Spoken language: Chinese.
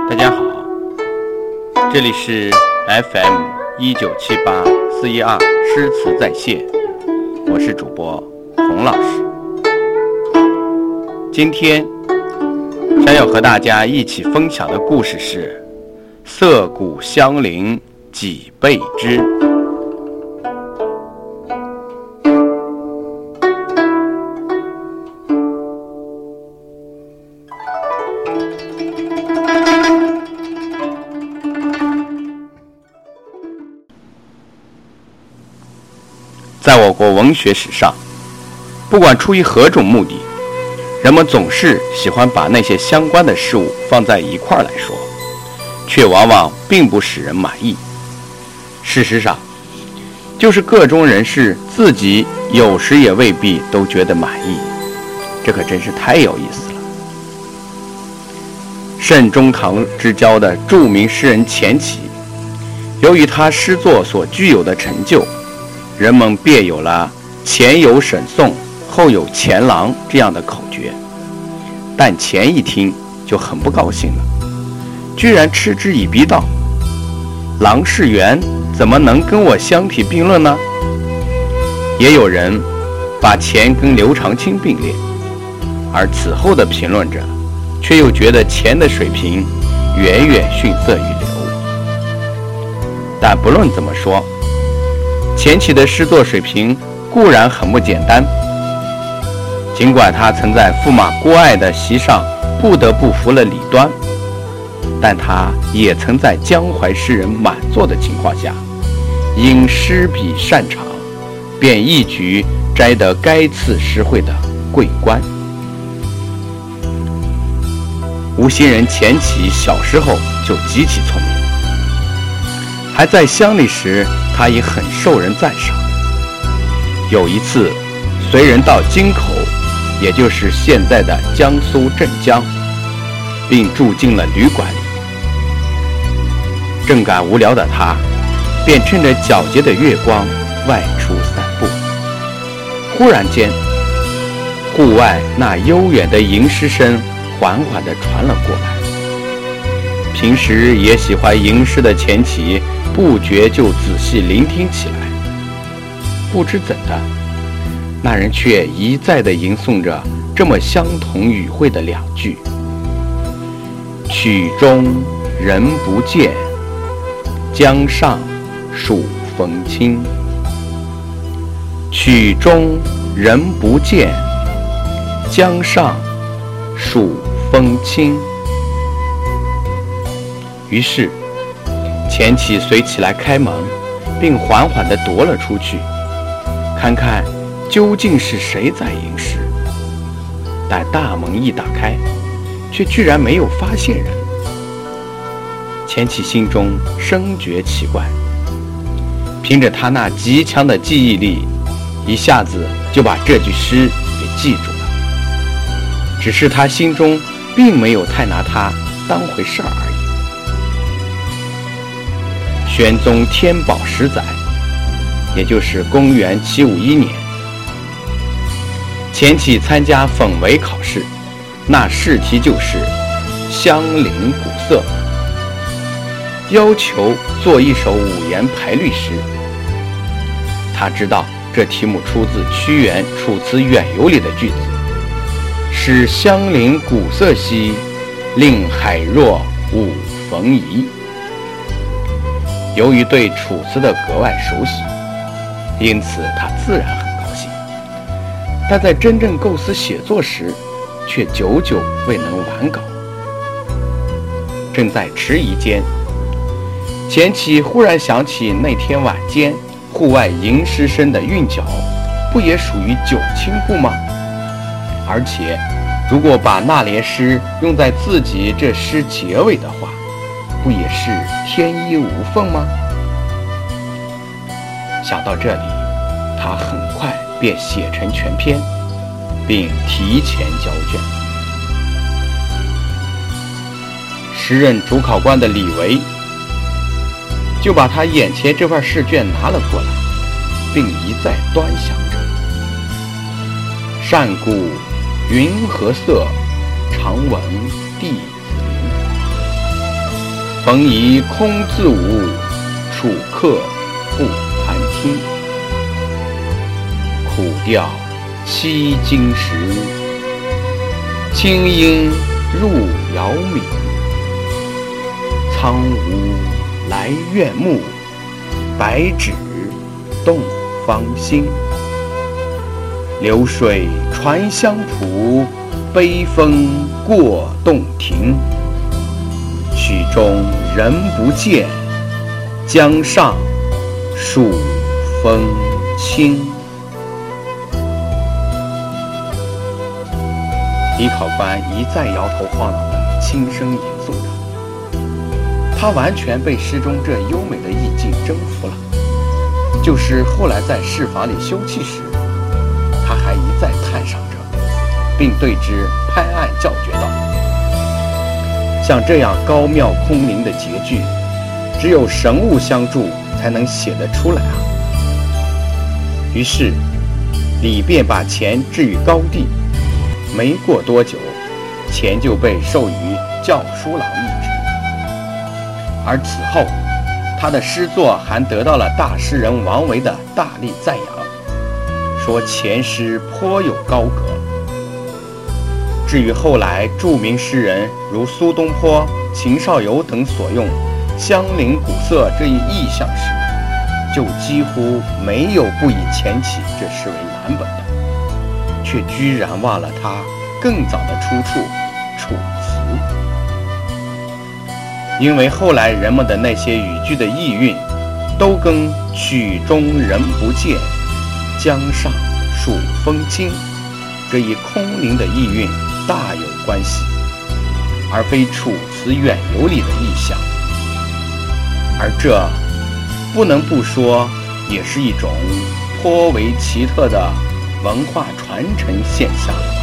大家好，这里是 FM1978412诗词在线，我是主播洪老师。今天想要和大家一起分享的故事是色谷相邻几倍之。在我国文学史上，不管出于何种目的，人们总是喜欢把那些相关的事物放在一块来说，却往往并不使人满意。事实上，就是个中人士自己有时也未必都觉得满意，这可真是太有意思了。盛中堂之交的著名诗人钱起，由于他诗作所具有的成就，人们便有了前有沈宋，后有钱郎这样的口诀。但钱一听就很不高兴了，居然嗤之以鼻道：郎是猿，怎么能跟我相提并论呢？也有人把钱跟刘长卿并列，而此后的评论者却又觉得钱的水平远远逊色于刘。但不论怎么说，钱起的诗作水平固然很不简单，尽管他曾在驸马郭爱的席上不得不服了李端，但他也曾在江淮诗人满座的情况下，因诗笔擅长，便一举摘得该次诗会的桂冠。吴兴人钱起小时候就极其聪明，还在乡里时他也很受人赞赏。有一次随人到京口，也就是现在的江苏镇江，并住进了旅馆里。正感无聊的他，便趁着皎洁的月光外出散步。忽然间，户外那悠远的吟诗声缓缓地传了过来。平时也喜欢吟诗的钱起不觉就仔细聆听起来。不知怎的，那人却一再地吟诵着这么相同语汇的两句：曲中人不见，江上暑风清。曲中人不见，江上暑风清。于是钱起随起来开门，并缓缓地踱了出去，看看究竟是谁在吟诗。但大门一打开，却居然没有发现人。钱起心中深觉奇怪，凭着他那极强的记忆力，一下子就把这句诗给记住了。只是他心中并没有太拿它当回事儿而已。宣宗天宝10载，也就是公元751年，钱起参加粉围考试，那试题就是相邻古色，要求做一首5言排律诗。他知道这题目出自屈原《楚辞远游》里的句子：使相邻古色兮，令海若五逢疑。由于对楚辞的格外熟悉，因此他自然很高兴，但在真正构思写作时，却久久未能完稿。正在迟疑间，钱起忽然想起那天晚间户外吟诗声的韵脚，不也属于九清部吗？而且如果把那联诗用在自己这诗结尾的话，不也是天衣无缝吗？想到这里，他很快便写成全篇，并提前交卷。时任主考官的李维就把他眼前这份试卷拿了过来，并一再端详着。善顾云和色，常闻弟子吟。 逢疑空自舞，楚客不谈听。苦调凄金石，清音入遥冥。苍梧来月暮，白纸动芳心。流水传香浦，悲风过洞庭。曲中人不见，江上数风清。李考官一再摇头晃脑地轻声吟诵着，他完全被诗中这优美的意境征服了。就是后来在释法里休憩时，他还一再叹赏着，并对之拍案叫绝道：像这样高妙空灵的结句，只有神物相助才能写得出来啊。于是李便把钱置于高第，没过多久，钱就被授予校书郎一职。而此后他的诗作还得到了大诗人王维的大力赞扬，说钱诗颇有高格。至于后来著名诗人如苏东坡、秦少游等所用香菱古色这一意象时，就几乎没有不以钱起这诗为蓝本的，却居然忘了他更早的出处楚辞。因为后来人们的那些语句的意韵都跟曲中人不见，江上数风清这一空灵的意韵大有关系，而非楚辞远游里的意象。而这不能不说也是一种颇为奇特的文化传承现象。